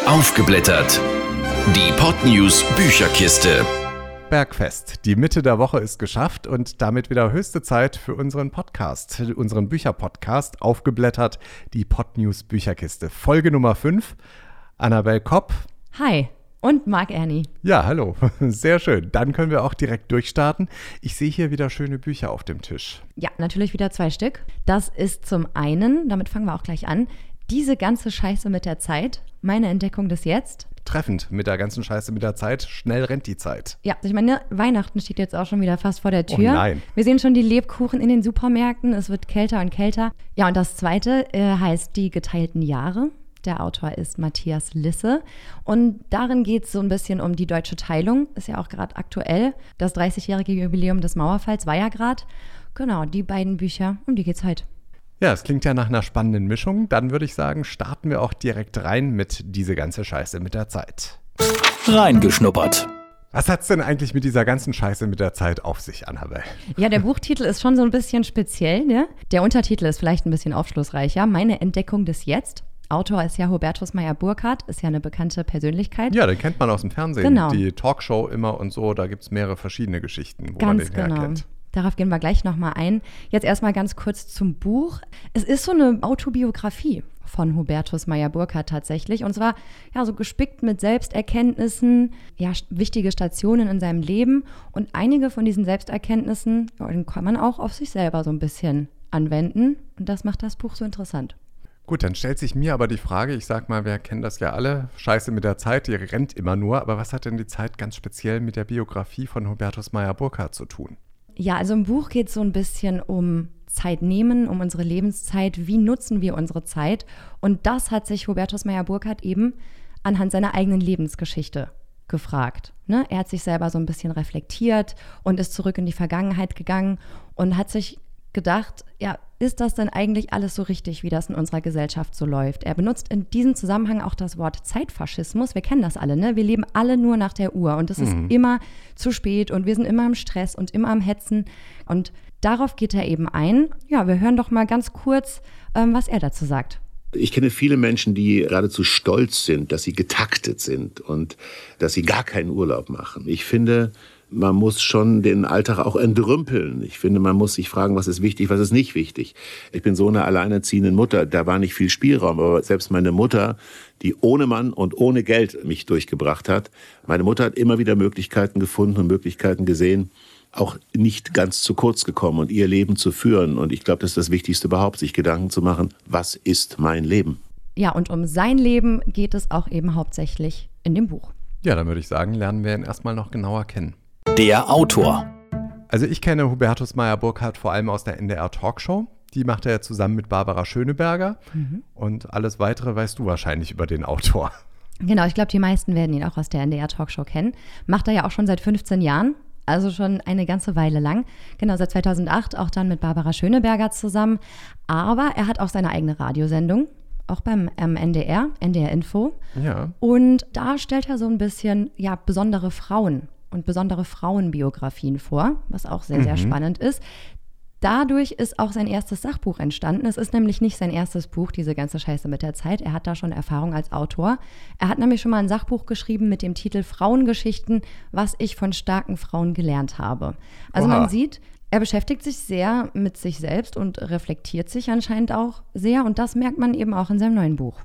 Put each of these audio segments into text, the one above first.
Aufgeblättert. Die Podnews Bücherkiste. Bergfest. Die Mitte der Woche ist geschafft und damit wieder höchste Zeit für unseren Podcast, unseren Bücherpodcast, Aufgeblättert, die Podnews Bücherkiste. Folge Nummer 5. Annabel Kopp. Hi. Und Marc Erni. Ja, hallo. Sehr schön. Dann können wir auch direkt durchstarten. Ich sehe hier wieder schöne Bücher auf dem Tisch. Ja, natürlich wieder 2 Stück. Das ist zum einen, damit fangen wir auch gleich an, Diese ganze Scheiße mit der Zeit, meine Entdeckung des Jetzt. Treffend mit der ganzen Scheiße mit der Zeit. Schnell rennt die Zeit. Ja, ich meine, Weihnachten steht jetzt auch schon wieder fast vor der Tür. Oh nein. Wir sehen schon die Lebkuchen in den Supermärkten. Es wird kälter und kälter. Ja, und das zweite heißt Die geteilten Jahre. Der Autor ist Matthias Lisse. Und darin geht es so ein bisschen um die deutsche Teilung. Ist ja auch gerade aktuell. Das 30-jährige Jubiläum des Mauerfalls war ja gerade. Genau, die beiden Bücher, um die geht's heute. Ja, es klingt ja nach einer spannenden Mischung. Dann würde ich sagen, starten wir auch direkt rein mit Diese ganze Scheiße mit der Zeit. Reingeschnuppert. Was hat's denn eigentlich mit dieser ganzen Scheiße mit der Zeit auf sich, Annabel? Ja, der Buchtitel ist schon so ein bisschen speziell, ne? Der Untertitel ist vielleicht ein bisschen aufschlussreicher. Meine Entdeckung des Jetzt. Autor ist ja Hubertus Meyer-Burkhardt, ist ja eine bekannte Persönlichkeit. Ja, den kennt man aus dem Fernsehen. Genau. Die Talkshow immer und so, da gibt es mehrere verschiedene Geschichten, wo man den herkennt. Darauf gehen wir gleich nochmal ein. Jetzt erstmal ganz kurz zum Buch. Es ist so eine Autobiografie von Hubertus Meyer-Burkhardt tatsächlich. Und zwar ja so gespickt mit Selbsterkenntnissen, ja, wichtige Stationen in seinem Leben. Und einige von diesen Selbsterkenntnissen, ja, den kann man auch auf sich selber so ein bisschen anwenden. Und das macht das Buch so interessant. Gut, dann stellt sich mir aber die Frage, ich sag mal, wir kennen das ja alle, Scheiße mit der Zeit, die rennt immer nur. Aber was hat denn die Zeit ganz speziell mit der Biografie von Hubertus Meyer-Burkhardt zu tun? Ja, also im Buch geht es so ein bisschen um Zeit nehmen, um unsere Lebenszeit. Wie nutzen wir unsere Zeit? Und das hat sich Hubertus Meyer-Burkhardt eben anhand seiner eigenen Lebensgeschichte gefragt. Ne? Er hat sich selber so ein bisschen reflektiert und ist zurück in die Vergangenheit gegangen und hat sich gedacht, ja, ist das denn eigentlich alles so richtig, wie das in unserer Gesellschaft so läuft? Er benutzt in diesem Zusammenhang auch das Wort Zeitfaschismus. Wir kennen das alle, ne? Wir leben alle nur nach der Uhr und es ist immer zu spät und wir sind immer im Stress und immer am Hetzen. Und darauf geht er eben ein. Ja, wir hören doch mal ganz kurz, was er dazu sagt. Ich kenne viele Menschen, die geradezu stolz sind, dass sie getaktet sind und dass sie gar keinen Urlaub machen. Ich finde, man muss schon den Alltag auch entrümpeln. Ich finde, man muss sich fragen, was ist wichtig, was ist nicht wichtig. Ich bin so eine alleinerziehende Mutter, da war nicht viel Spielraum. Aber selbst meine Mutter, die ohne Mann und ohne Geld mich durchgebracht hat, meine Mutter hat immer wieder Möglichkeiten gefunden und Möglichkeiten gesehen, auch nicht ganz zu kurz gekommen und ihr Leben zu führen. Und ich glaube, das ist das Wichtigste überhaupt, sich Gedanken zu machen, was ist mein Leben? Ja, und um sein Leben geht es auch eben hauptsächlich in dem Buch. Ja, dann würde ich sagen, lernen wir ihn erstmal noch genauer kennen. Der Autor. Also ich kenne Hubertus Meyer-Burkhardt vor allem aus der NDR-Talkshow. Die macht er ja zusammen mit Barbara Schöneberger. Und alles Weitere weißt du wahrscheinlich über den Autor. Genau, ich glaube, die meisten werden ihn auch aus der NDR-Talkshow kennen. Macht er ja auch schon seit 15 Jahren, also schon eine ganze Weile lang. Genau, seit 2008 auch dann mit Barbara Schöneberger zusammen. Aber er hat auch seine eigene Radiosendung, auch beim NDR, NDR Info. Ja. Und da stellt er so ein bisschen ja, besondere Frauen und besondere Frauenbiografien vor, was auch sehr, sehr spannend ist. Dadurch ist auch sein erstes Sachbuch entstanden. Es ist nämlich nicht sein erstes Buch, diese ganze Scheiße mit der Zeit. Er hat da schon Erfahrung als Autor. Er hat nämlich schon mal ein Sachbuch geschrieben mit dem Titel Frauengeschichten, was ich von starken Frauen gelernt habe. Also man sieht, er beschäftigt sich sehr mit sich selbst und reflektiert sich anscheinend auch sehr. Und das merkt man eben auch in seinem neuen Buch.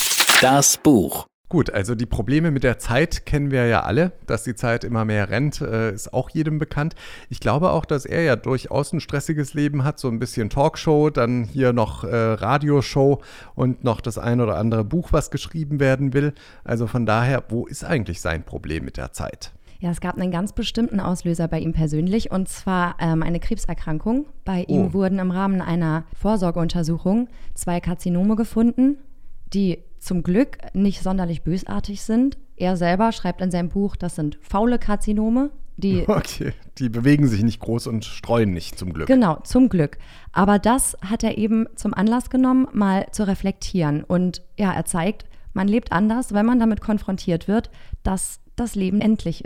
Das Buch. Gut, also die Probleme mit der Zeit kennen wir ja alle. Dass die Zeit immer mehr rennt, ist auch jedem bekannt. Ich glaube auch, dass er ja durchaus ein stressiges Leben hat. So ein bisschen Talkshow, dann hier noch Radioshow und noch das ein oder andere Buch, was geschrieben werden will. Also von daher, wo ist eigentlich sein Problem mit der Zeit? Ja, es gab einen ganz bestimmten Auslöser bei ihm persönlich, und zwar eine Krebserkrankung. Bei ihm wurden im Rahmen einer Vorsorgeuntersuchung 2 Karzinome gefunden, die zum Glück nicht sonderlich bösartig sind. Er selber schreibt in seinem Buch, das sind faule Karzinome. Die bewegen sich nicht groß und streuen nicht, zum Glück. Genau, zum Glück. Aber das hat er eben zum Anlass genommen, mal zu reflektieren. Und ja, er zeigt, man lebt anders, wenn man damit konfrontiert wird, dass das Leben endlich ist.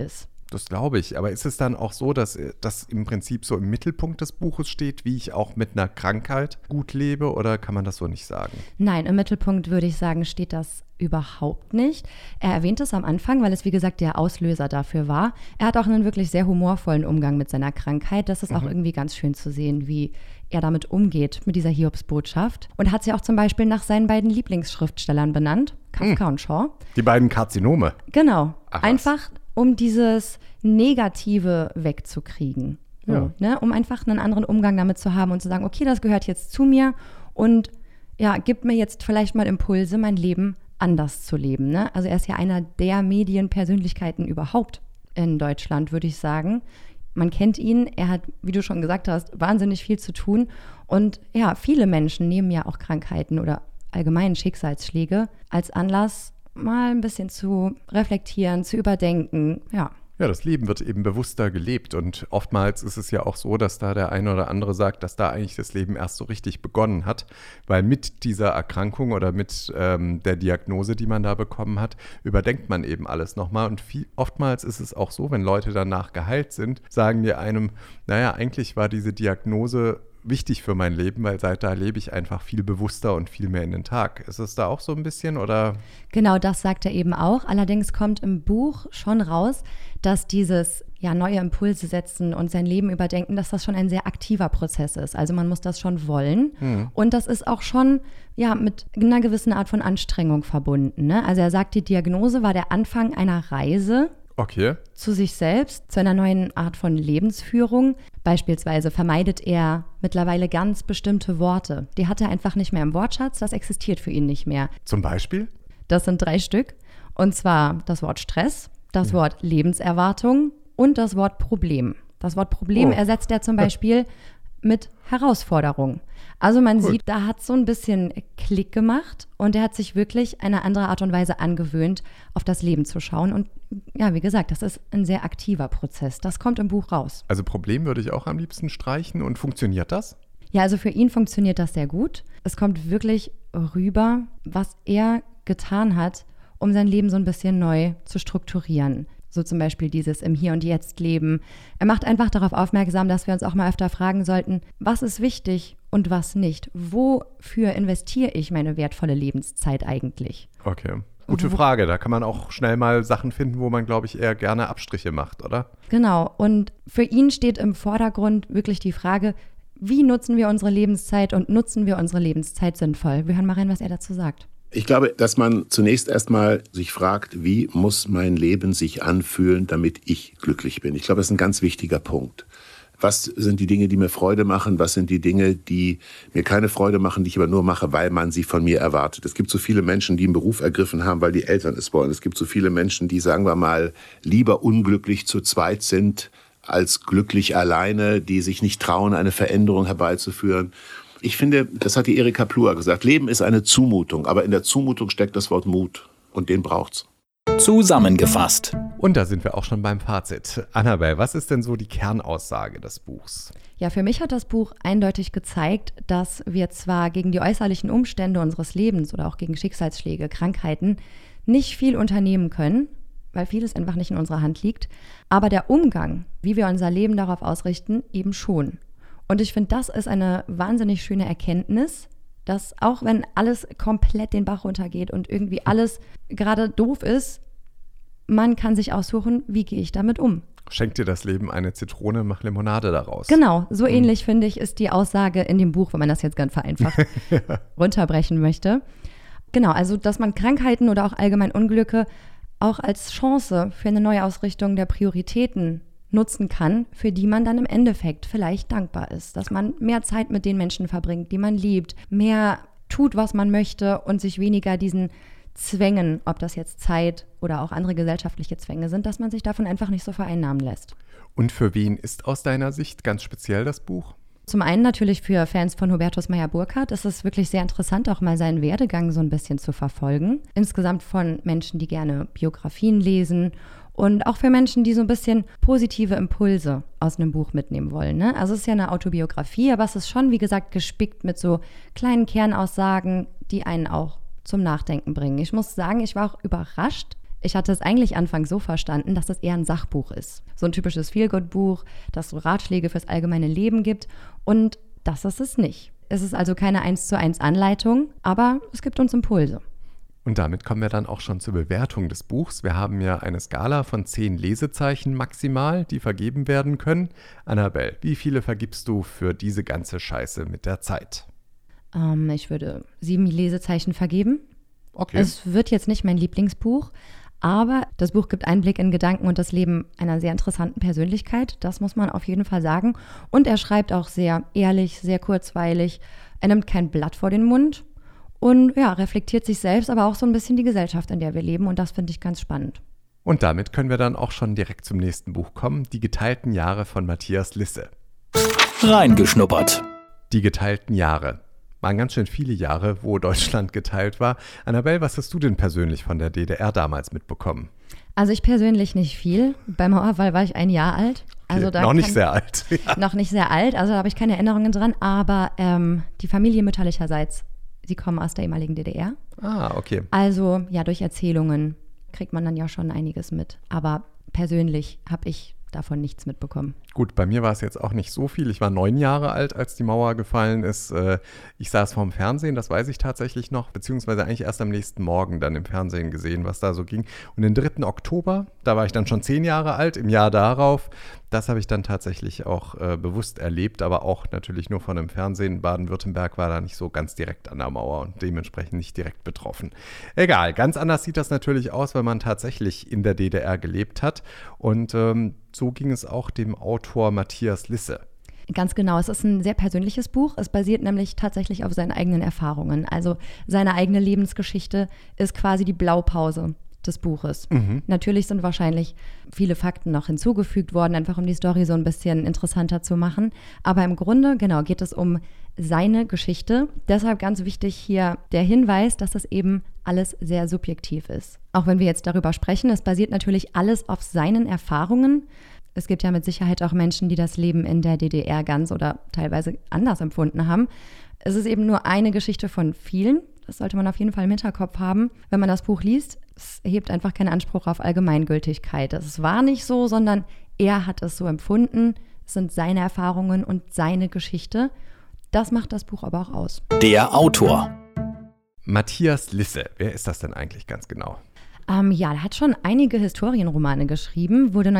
Das glaube ich. Aber ist es dann auch so, dass das im Prinzip so im Mittelpunkt des Buches steht, wie ich auch mit einer Krankheit gut lebe? Oder kann man das so nicht sagen? Nein, im Mittelpunkt würde ich sagen, steht das überhaupt nicht. Er erwähnt es am Anfang, weil es, wie gesagt, der Auslöser dafür war. Er hat auch einen wirklich sehr humorvollen Umgang mit seiner Krankheit. Das ist auch irgendwie ganz schön zu sehen, wie er damit umgeht, mit dieser Hiobsbotschaft. Und hat sie auch zum Beispiel nach seinen beiden Lieblingsschriftstellern benannt, Kafka und Shaw. Die beiden Karzinome. Genau. Ach, einfach, um dieses Negative wegzukriegen. So, Ja. ne? Um einfach einen anderen Umgang damit zu haben und zu sagen, okay, das gehört jetzt zu mir und ja, gibt mir jetzt vielleicht mal Impulse, mein Leben anders zu leben. Ne? Also er ist ja einer der Medienpersönlichkeiten überhaupt in Deutschland, würde ich sagen. Man kennt ihn, er hat, wie du schon gesagt hast, wahnsinnig viel zu tun. Und ja, viele Menschen nehmen ja auch Krankheiten oder allgemein Schicksalsschläge als Anlass, mal ein bisschen zu reflektieren, zu überdenken, ja. Ja, das Leben wird eben bewusster gelebt und oftmals ist es ja auch so, dass da der eine oder andere sagt, dass da eigentlich das Leben erst so richtig begonnen hat, weil mit dieser Erkrankung oder mit der Diagnose, die man da bekommen hat, überdenkt man eben alles nochmal und oftmals ist es auch so, wenn Leute danach geheilt sind, sagen die einem, naja, eigentlich war diese Diagnose wichtig für mein Leben, weil seit da lebe ich einfach viel bewusster und viel mehr in den Tag. Ist es da auch so ein bisschen oder? Genau, das sagt er eben auch. Allerdings kommt im Buch schon raus, dass dieses neue Impulse setzen und sein Leben überdenken, dass das schon ein sehr aktiver Prozess ist. Also man muss das schon wollen. Und das ist auch schon mit einer gewissen Art von Anstrengung verbunden. Ne? Also er sagt, die Diagnose war der Anfang einer Reise. Okay. Zu sich selbst, zu einer neuen Art von Lebensführung. Beispielsweise vermeidet er mittlerweile ganz bestimmte Worte. Die hat er einfach nicht mehr im Wortschatz, das existiert für ihn nicht mehr. Zum Beispiel? Das sind 3 Stück. Und zwar das Wort Stress, das Wort Lebenserwartung und das Wort Problem. Das Wort Problem ersetzt er zum Beispiel mit Herausforderung. Also man sieht, da hat so ein bisschen Klick gemacht und er hat sich wirklich eine andere Art und Weise angewöhnt, auf das Leben zu schauen. Und ja, wie gesagt, das ist ein sehr aktiver Prozess. Das kommt im Buch raus. Also Problem würde ich auch am liebsten streichen. Und funktioniert das? Ja, also für ihn funktioniert das sehr gut. Es kommt wirklich rüber, was er getan hat, um sein Leben so ein bisschen neu zu strukturieren. So zum Beispiel dieses im Hier und Jetzt leben. Er macht einfach darauf aufmerksam, dass wir uns auch mal öfter fragen sollten, was ist wichtig und was nicht? Wofür investiere ich meine wertvolle Lebenszeit eigentlich? Okay. Gute Frage. Da kann man auch schnell mal Sachen finden, wo man, glaube ich, eher gerne Abstriche macht, oder? Genau. Und für ihn steht im Vordergrund wirklich die Frage, wie nutzen wir unsere Lebenszeit und nutzen wir unsere Lebenszeit sinnvoll? Wir hören mal rein, was er dazu sagt. Ich glaube, dass man zunächst erstmal sich fragt, wie muss mein Leben sich anfühlen, damit ich glücklich bin. Ich glaube, das ist ein ganz wichtiger Punkt. Was sind die Dinge, die mir Freude machen? Was sind die Dinge, die mir keine Freude machen, die ich aber nur mache, weil man sie von mir erwartet? Es gibt so viele Menschen, die einen Beruf ergriffen haben, weil die Eltern es wollen. Es gibt so viele Menschen, die, sagen wir mal, lieber unglücklich zu zweit sind, als glücklich alleine, die sich nicht trauen, eine Veränderung herbeizuführen. Ich finde, das hat die Erika Plua gesagt, Leben ist eine Zumutung, aber in der Zumutung steckt das Wort Mut und den braucht's. Zusammengefasst. Und da sind wir auch schon beim Fazit. Annabelle, was ist denn so die Kernaussage des Buchs? Ja, für mich hat das Buch eindeutig gezeigt, dass wir zwar gegen die äußerlichen Umstände unseres Lebens oder auch gegen Schicksalsschläge, Krankheiten nicht viel unternehmen können, weil vieles einfach nicht in unserer Hand liegt, aber der Umgang, wie wir unser Leben darauf ausrichten, eben schon. Und ich finde, das ist eine wahnsinnig schöne Erkenntnis, dass auch wenn alles komplett den Bach runtergeht und irgendwie alles gerade doof ist, man kann sich aussuchen, wie gehe ich damit um. Schenk dir das Leben eine Zitrone, mach Limonade daraus. Genau, so ähnlich finde ich, ist die Aussage in dem Buch, wenn man das jetzt ganz vereinfacht runterbrechen möchte. Genau, also dass man Krankheiten oder auch allgemein Unglücke auch als Chance für eine Neuausrichtung der Prioritäten nutzen kann, für die man dann im Endeffekt vielleicht dankbar ist. Dass man mehr Zeit mit den Menschen verbringt, die man liebt, mehr tut, was man möchte und sich weniger diesen Zwängen, ob das jetzt Zeit oder auch andere gesellschaftliche Zwänge sind, dass man sich davon einfach nicht so vereinnahmen lässt. Und für wen ist aus deiner Sicht ganz speziell das Buch? Zum einen natürlich für Fans von Hubertus Meyer-Burkhardt. Es ist wirklich sehr interessant, auch mal seinen Werdegang so ein bisschen zu verfolgen. Insgesamt von Menschen, die gerne Biografien lesen und auch für Menschen, die so ein bisschen positive Impulse aus einem Buch mitnehmen wollen. Ne? Also es ist ja eine Autobiografie, aber es ist schon, wie gesagt, gespickt mit so kleinen Kernaussagen, die einen auch zum Nachdenken bringen. Ich muss sagen, ich war auch überrascht, Ich hatte es eigentlich anfangs so verstanden, dass das eher ein Sachbuch ist. So ein typisches Feel-Good-Buch, das so Ratschläge fürs allgemeine Leben gibt. Und das ist es nicht. Es ist also keine 1:1 Anleitung, aber es gibt uns Impulse. Und damit kommen wir dann auch schon zur Bewertung des Buchs. Wir haben ja eine Skala von 10 Lesezeichen maximal, die vergeben werden können. Annabelle, wie viele vergibst du für diese ganze Scheiße mit der Zeit? Ich würde 7 Lesezeichen vergeben. Okay. Es wird jetzt nicht mein Lieblingsbuch, aber das Buch gibt Einblick in Gedanken und das Leben einer sehr interessanten Persönlichkeit. Das muss man auf jeden Fall sagen. Und er schreibt auch sehr ehrlich, sehr kurzweilig. Er nimmt kein Blatt vor den Mund. Und ja, reflektiert sich selbst, aber auch so ein bisschen die Gesellschaft, in der wir leben. Und das finde ich ganz spannend. Und damit können wir dann auch schon direkt zum nächsten Buch kommen. Die geteilten Jahre von Matthias Lisse. Reingeschnuppert. Die geteilten Jahre. Waren ganz schön viele Jahre, wo Deutschland geteilt war. Annabelle, was hast du denn persönlich von der DDR damals mitbekommen? Also ich persönlich nicht viel. Beim Mauerfall war ich 1 Jahr alt. Also Okay, noch nicht sehr alt. Ja. Noch nicht sehr alt, also da habe ich keine Erinnerungen dran. Aber die Familie mütterlicherseits, sie kommen aus der ehemaligen DDR. Ah, okay. Also ja, durch Erzählungen kriegt man dann ja schon einiges mit. Aber persönlich habe ich davon nichts mitbekommen. Gut, bei mir war es jetzt auch nicht so viel. Ich war 9 Jahre alt, als die Mauer gefallen ist. Ich saß vorm Fernsehen, das weiß ich tatsächlich noch, beziehungsweise eigentlich erst am nächsten Morgen dann im Fernsehen gesehen, was da so ging. Und den 3. Oktober, da war ich dann schon 10 Jahre alt, im Jahr darauf, das habe ich dann tatsächlich auch bewusst erlebt, aber auch natürlich nur von dem Fernsehen. Baden-Württemberg war da nicht so ganz direkt an der Mauer und dementsprechend nicht direkt betroffen. Egal, ganz anders sieht das natürlich aus, wenn man tatsächlich in der DDR gelebt hat. Und so ging es auch dem Autor Matthias Lisse. Ganz genau, es ist ein sehr persönliches Buch. Es basiert nämlich tatsächlich auf seinen eigenen Erfahrungen. Also seine eigene Lebensgeschichte ist quasi die Blaupause des Buches. Natürlich sind wahrscheinlich viele Fakten noch hinzugefügt worden, einfach um die Story so ein bisschen interessanter zu machen. Aber im Grunde, genau, geht es um seine Geschichte. Deshalb ganz wichtig hier der Hinweis, dass das eben alles sehr subjektiv ist. Auch wenn wir jetzt darüber sprechen, es basiert natürlich alles auf seinen Erfahrungen. Es gibt ja mit Sicherheit auch Menschen, die das Leben in der DDR ganz oder teilweise anders empfunden haben. Es ist eben nur eine Geschichte von vielen. Das sollte man auf jeden Fall im Hinterkopf haben, wenn man das Buch liest. Es hebt einfach keinen Anspruch auf Allgemeingültigkeit. Es war nicht so, sondern er hat es so empfunden. Es sind seine Erfahrungen und seine Geschichte. Das macht das Buch aber auch aus. Der Autor. Matthias Lisse, wer ist das denn eigentlich ganz genau? Ja, er hat schon einige Historienromane geschrieben, wurde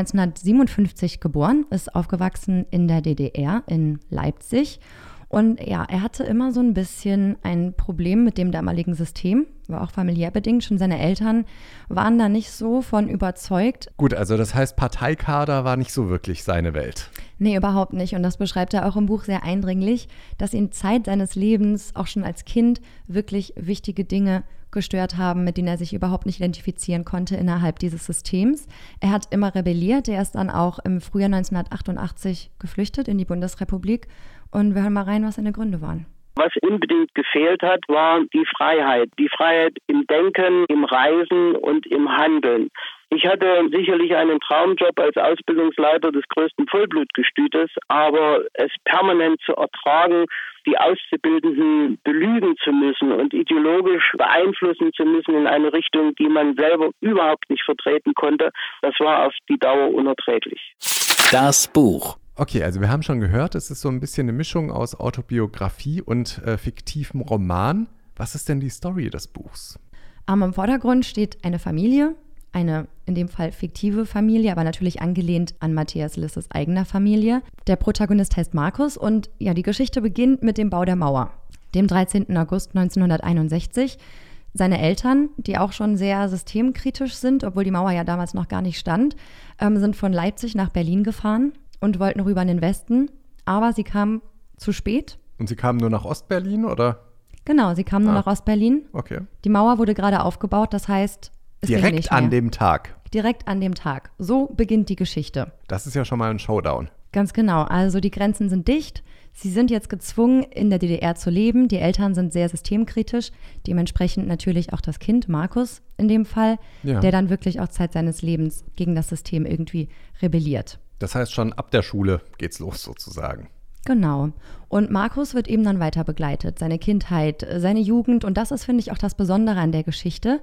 1957 geboren, ist aufgewachsen in der DDR in Leipzig. Und ja, er hatte immer so ein bisschen ein Problem mit dem damaligen System, war auch familiär bedingt. Schon seine Eltern waren da nicht so von überzeugt. Gut, also das heißt, Parteikader war nicht so wirklich seine Welt. Nee, überhaupt nicht. Und das beschreibt er auch im Buch sehr eindringlich, dass ihn Zeit seines Lebens, auch schon als Kind, wirklich wichtige Dinge gestört haben, mit denen er sich überhaupt nicht identifizieren konnte innerhalb dieses Systems. Er hat immer rebelliert. Er ist dann auch im Frühjahr 1988 geflüchtet in die Bundesrepublik. Und wir hören mal rein, was seine Gründe waren. Was unbedingt gefehlt hat, war die Freiheit. Die Freiheit im Denken, im Reisen und im Handeln. Ich hatte sicherlich einen Traumjob als Ausbildungsleiter des größten Vollblutgestütes, aber es permanent zu ertragen, die Auszubildenden belügen zu müssen und ideologisch beeinflussen zu müssen in eine Richtung, die man selber überhaupt nicht vertreten konnte, das war auf die Dauer unerträglich. Das Buch. Okay, also wir haben schon gehört, es ist so ein bisschen eine Mischung aus Autobiografie und fiktivem Roman. Was ist denn die Story des Buchs? Im Vordergrund steht eine Familie, eine in dem Fall fiktive Familie, aber natürlich angelehnt an Matthias Lisses eigener Familie. Der Protagonist heißt Markus und ja, die Geschichte beginnt mit dem Bau der Mauer, dem 13. August 1961. Seine Eltern, die auch schon sehr systemkritisch sind, obwohl die Mauer ja damals noch gar nicht stand, sind von Leipzig nach Berlin gefahren und wollten rüber in den Westen, aber sie kamen zu spät. Und sie kamen nur nach Ostberlin, oder? Genau, sie kamen nur nach Ostberlin. Okay. Die Mauer wurde gerade aufgebaut, das heißt, es ging nicht mehr. Direkt an dem Tag. Direkt an dem Tag. So beginnt die Geschichte. Das ist ja schon mal ein Showdown. Ganz genau. Also die Grenzen sind dicht. Sie sind jetzt gezwungen, in der DDR zu leben. Die Eltern sind sehr systemkritisch. Dementsprechend natürlich auch das Kind, Markus in dem Fall, Ja. der dann wirklich auch Zeit seines Lebens gegen das System irgendwie rebelliert. Das heißt, schon ab der Schule geht's los sozusagen. Genau. Und Markus wird eben dann weiter begleitet. Seine Kindheit, seine Jugend. Und das ist, finde ich, auch das Besondere an der Geschichte.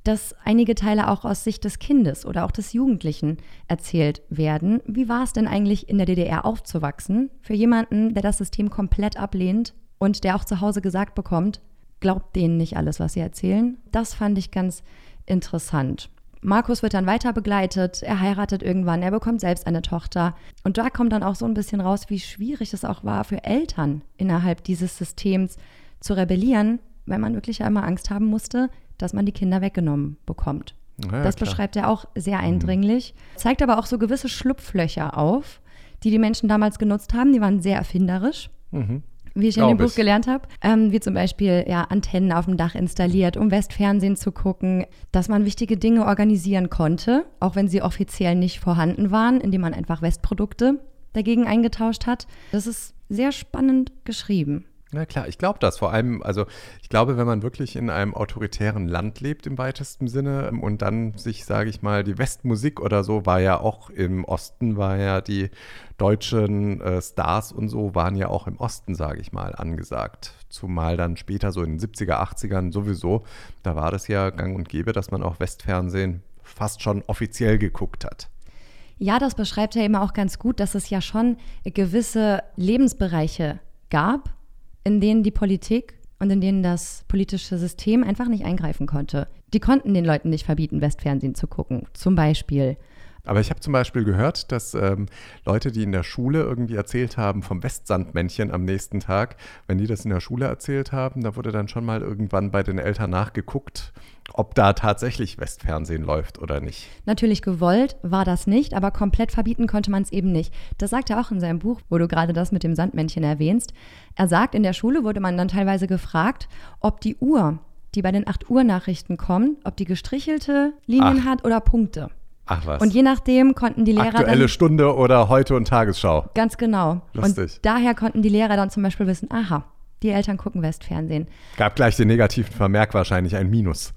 dass einige Teile auch aus Sicht des Kindes oder auch des Jugendlichen erzählt werden. Wie war es denn eigentlich in der DDR aufzuwachsen? Für jemanden, der das System komplett ablehnt und der auch zu Hause gesagt bekommt, glaubt denen nicht alles, was sie erzählen. Das fand ich ganz interessant. Markus wird dann weiter begleitet, er heiratet irgendwann, er bekommt selbst eine Tochter. Und da kommt dann auch so ein bisschen raus, wie schwierig es auch war für Eltern innerhalb dieses Systems zu rebellieren, weil man wirklich ja immer Angst haben musste, dass man die Kinder weggenommen bekommt. Ja, das klar. beschreibt er auch sehr eindringlich, zeigt aber auch so gewisse Schlupflöcher auf, die Menschen damals genutzt haben. Die waren sehr erfinderisch, wie ich in dem Buch gelernt habe. Wie zum Beispiel Antennen auf dem Dach installiert, um Westfernsehen zu gucken, dass man wichtige Dinge organisieren konnte, auch wenn sie offiziell nicht vorhanden waren, indem man einfach Westprodukte dagegen eingetauscht hat. Das ist sehr spannend geschrieben. Na klar, ich glaube das. Vor allem, also ich glaube, wenn man wirklich in einem autoritären Land lebt im weitesten Sinne und dann sich, sage ich mal, die Westmusik oder so war ja auch im Osten, war ja die deutschen Stars und so waren ja auch im Osten, sage ich mal, angesagt. Zumal dann später so in den 70er, 80ern sowieso, da war das ja gang und gäbe, dass man auch Westfernsehen fast schon offiziell geguckt hat. Ja, das beschreibt er eben auch ganz gut, dass es ja schon gewisse Lebensbereiche gab, in denen die Politik und in denen das politische System einfach nicht eingreifen konnte. Die konnten den Leuten nicht verbieten, Westfernsehen zu gucken, zum Beispiel. Aber ich habe zum Beispiel gehört, dass Leute, die in der Schule irgendwie erzählt haben vom Westsandmännchen am nächsten Tag, wenn die das in der Schule erzählt haben, da wurde dann schon mal irgendwann bei den Eltern nachgeguckt, ob da tatsächlich Westfernsehen läuft oder nicht. Natürlich gewollt war das nicht, aber komplett verbieten konnte man es eben nicht. Das sagt er auch in seinem Buch, wo du gerade das mit dem Sandmännchen erwähnst. Er sagt, in der Schule wurde man dann teilweise gefragt, ob die Uhr, die bei den 8 Uhr Nachrichten kommt, ob die gestrichelte Linien hat oder Punkte. Ach was. Und je nachdem konnten die Lehrer Aktuelle dann, Stunde oder Heute und Tagesschau. Ganz genau. Lustig. Und daher konnten die Lehrer dann zum Beispiel wissen, aha, die Eltern gucken Westfernsehen. Gab gleich den negativen Vermerk, wahrscheinlich ein Minus.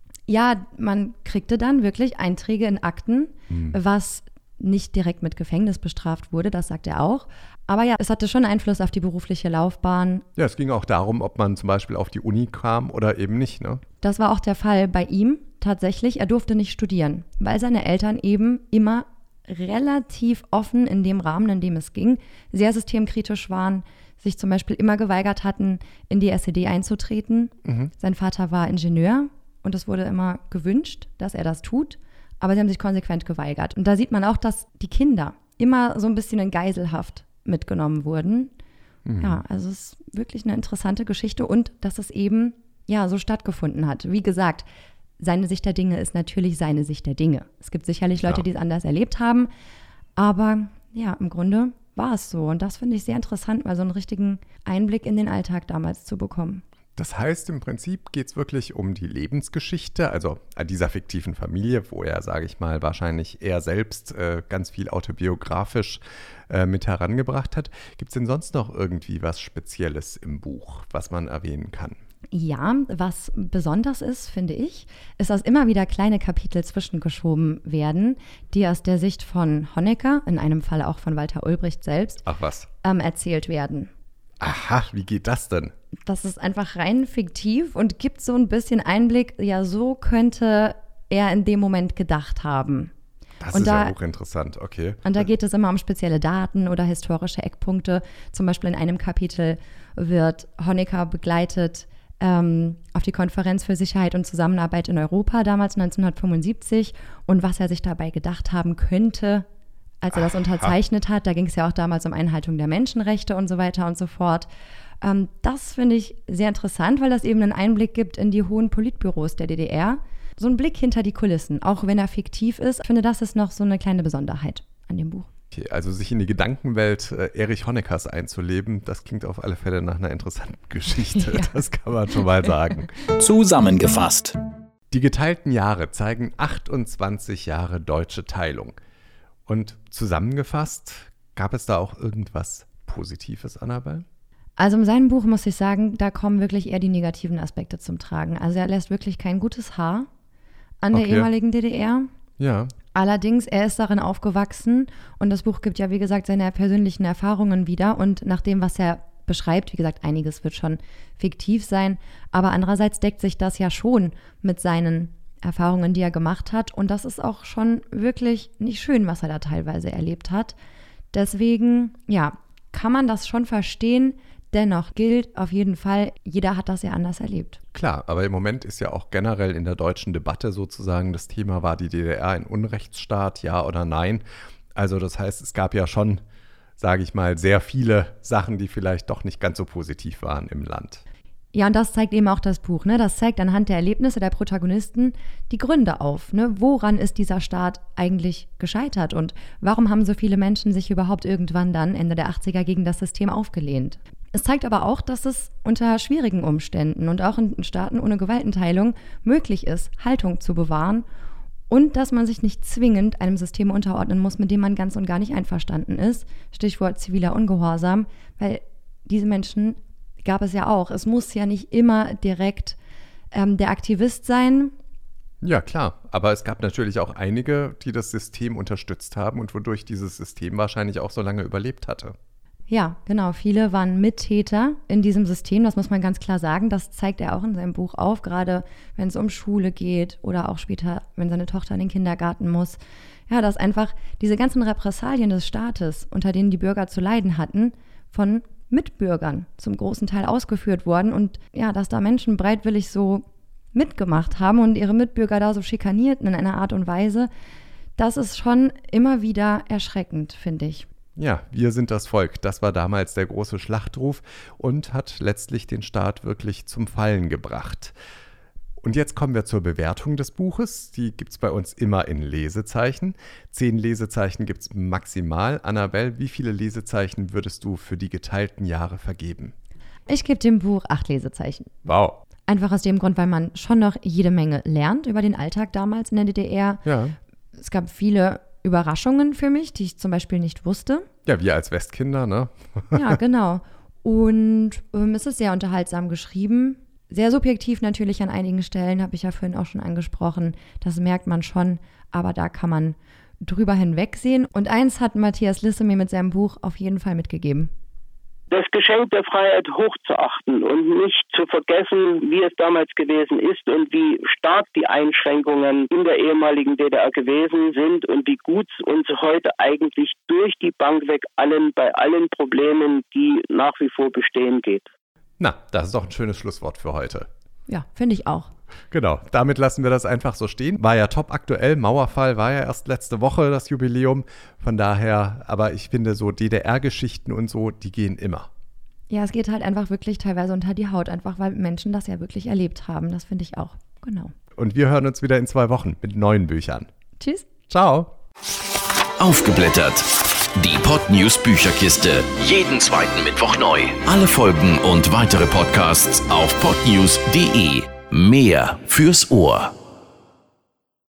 Ja, man kriegte dann wirklich Einträge in Akten, was nicht direkt mit Gefängnis bestraft wurde, das sagt er auch. Aber ja, es hatte schon Einfluss auf die berufliche Laufbahn. Ja, es ging auch darum, ob man zum Beispiel auf die Uni kam oder eben nicht, ne? Das war auch der Fall bei ihm tatsächlich. Er durfte nicht studieren, weil seine Eltern eben immer relativ offen in dem Rahmen, in dem es ging, sehr systemkritisch waren, sich zum Beispiel immer geweigert hatten, in die SED einzutreten. Sein Vater war Ingenieur und es wurde immer gewünscht, dass er das tut, aber sie haben sich konsequent geweigert. Und da sieht man auch, dass die Kinder immer so ein bisschen in Geiselhaft mitgenommen wurden. Ja, also es ist wirklich eine interessante Geschichte und dass es eben ja so stattgefunden hat. Wie gesagt, seine Sicht der Dinge ist natürlich seine Sicht der Dinge. Es gibt sicherlich Leute, die es anders erlebt haben, aber ja, im Grunde war es so. Und das finde ich sehr interessant, mal so einen richtigen Einblick in den Alltag damals zu bekommen. Das heißt, im Prinzip geht es wirklich um die Lebensgeschichte, also dieser fiktiven Familie, wo er, sage ich mal, wahrscheinlich er selbst ganz viel autobiografisch mit herangebracht hat. Gibt es denn sonst noch irgendwie was Spezielles im Buch, was man erwähnen kann? Ja, was besonders ist, finde ich, ist, dass immer wieder kleine Kapitel zwischengeschoben werden, die aus der Sicht von Honecker, in einem Fall auch von Walter Ulbricht selbst, erzählt werden. Aha, wie geht das denn? Das ist einfach rein fiktiv und gibt so ein bisschen Einblick, ja, so könnte er in dem Moment gedacht haben. Das ist ja hochinteressant, okay. Und da geht es immer um spezielle Daten oder historische Eckpunkte. Zum Beispiel in einem Kapitel wird Honecker begleitet auf die Konferenz für Sicherheit und Zusammenarbeit in Europa, damals 1975, und was er sich dabei gedacht haben könnte, als er das unterzeichnet hat. Da ging es ja auch damals um Einhaltung der Menschenrechte und so weiter und so fort. Das finde ich sehr interessant, weil das eben einen Einblick gibt in die hohen Politbüros der DDR. So ein Blick hinter die Kulissen, auch wenn er fiktiv ist. Ich finde, das ist noch so eine kleine Besonderheit an dem Buch. Okay, also sich in die Gedankenwelt Erich Honeckers einzuleben, das klingt auf alle Fälle nach einer interessanten Geschichte. Ja. Das kann man schon mal sagen. Zusammengefasst. Die geteilten Jahre zeigen 28 Jahre deutsche Teilung. Und zusammengefasst, gab es da auch irgendwas Positives, Annabel? Also in seinem Buch muss ich sagen, da kommen wirklich eher die negativen Aspekte zum Tragen. Also er lässt wirklich kein gutes Haar an der ehemaligen DDR. Ja. Allerdings, er ist darin aufgewachsen und das Buch gibt ja, wie gesagt, seine persönlichen Erfahrungen wieder. Und nach dem, was er beschreibt, wie gesagt, einiges wird schon fiktiv sein, aber andererseits deckt sich das ja schon mit seinen Erfahrungen, die er gemacht hat. Und das ist auch schon wirklich nicht schön, was er da teilweise erlebt hat. Deswegen, ja, kann man das schon verstehen. Dennoch gilt auf jeden Fall, jeder hat das ja anders erlebt. Klar, aber im Moment ist ja auch generell in der deutschen Debatte sozusagen das Thema, war die DDR ein Unrechtsstaat, ja oder nein? Also das heißt, es gab ja schon, sage ich mal, sehr viele Sachen, die vielleicht doch nicht ganz so positiv waren im Land. Ja, und das zeigt eben auch das Buch, ne? Das zeigt anhand der Erlebnisse der Protagonisten die Gründe auf, ne? Woran ist dieser Staat eigentlich gescheitert und warum haben so viele Menschen sich überhaupt irgendwann dann Ende der 80er gegen das System aufgelehnt? Es zeigt aber auch, dass es unter schwierigen Umständen und auch in Staaten ohne Gewaltenteilung möglich ist, Haltung zu bewahren und dass man sich nicht zwingend einem System unterordnen muss, mit dem man ganz und gar nicht einverstanden ist. Stichwort ziviler Ungehorsam, weil diese Menschen gab es ja auch. Es muss ja nicht immer direkt der Aktivist sein. Ja, klar. Aber es gab natürlich auch einige, die das System unterstützt haben und wodurch dieses System wahrscheinlich auch so lange überlebt hatte. Ja, genau. Viele waren Mittäter in diesem System, das muss man ganz klar sagen. Das zeigt er auch in seinem Buch auf, gerade wenn es um Schule geht oder auch später, wenn seine Tochter in den Kindergarten muss. Ja, dass einfach diese ganzen Repressalien des Staates, unter denen die Bürger zu leiden hatten, von Mitbürgern zum großen Teil ausgeführt wurden und ja, dass da Menschen bereitwillig so mitgemacht haben und ihre Mitbürger da so schikanierten in einer Art und Weise, das ist schon immer wieder erschreckend, finde ich. Ja, wir sind das Volk. Das war damals der große Schlachtruf und hat letztlich den Staat wirklich zum Fallen gebracht. Und jetzt kommen wir zur Bewertung des Buches. Die gibt es bei uns immer in Lesezeichen. 10 Lesezeichen gibt es maximal. Annabelle, wie viele Lesezeichen würdest du für die geteilten Jahre vergeben? Ich gebe dem Buch 8 Lesezeichen. Wow. Einfach aus dem Grund, weil man schon noch jede Menge lernt über den Alltag damals in der DDR. Ja. Es gab viele Überraschungen für mich, die ich zum Beispiel nicht wusste. Ja, wir als Westkinder, ne? Ja, genau. Und es ist sehr unterhaltsam geschrieben. Sehr subjektiv natürlich an einigen Stellen, habe ich ja vorhin auch schon angesprochen. Das merkt man schon, aber da kann man drüber hinwegsehen. Und eins hat Matthias Lisse mir mit seinem Buch auf jeden Fall mitgegeben. Das Geschenk der Freiheit hochzuachten und nicht zu vergessen, wie es damals gewesen ist und wie stark die Einschränkungen in der ehemaligen DDR gewesen sind und wie gut es uns heute eigentlich durch die Bank weg bei allen Problemen, die nach wie vor bestehen, geht. Na, das ist doch ein schönes Schlusswort für heute. Ja, finde ich auch. Genau, damit lassen wir das einfach so stehen. War ja top aktuell, Mauerfall war ja erst letzte Woche das Jubiläum. Von daher, aber ich finde so DDR-Geschichten und so, die gehen immer. Ja, es geht halt einfach wirklich teilweise unter die Haut, einfach weil Menschen das ja wirklich erlebt haben. Das finde ich auch, genau. Und wir hören uns wieder in 2 Wochen mit neuen Büchern. Tschüss. Ciao. Aufgeblättert. Die Podnews Bücherkiste. Jeden zweiten Mittwoch neu. Alle Folgen und weitere Podcasts auf podnews.de. Mehr fürs Ohr.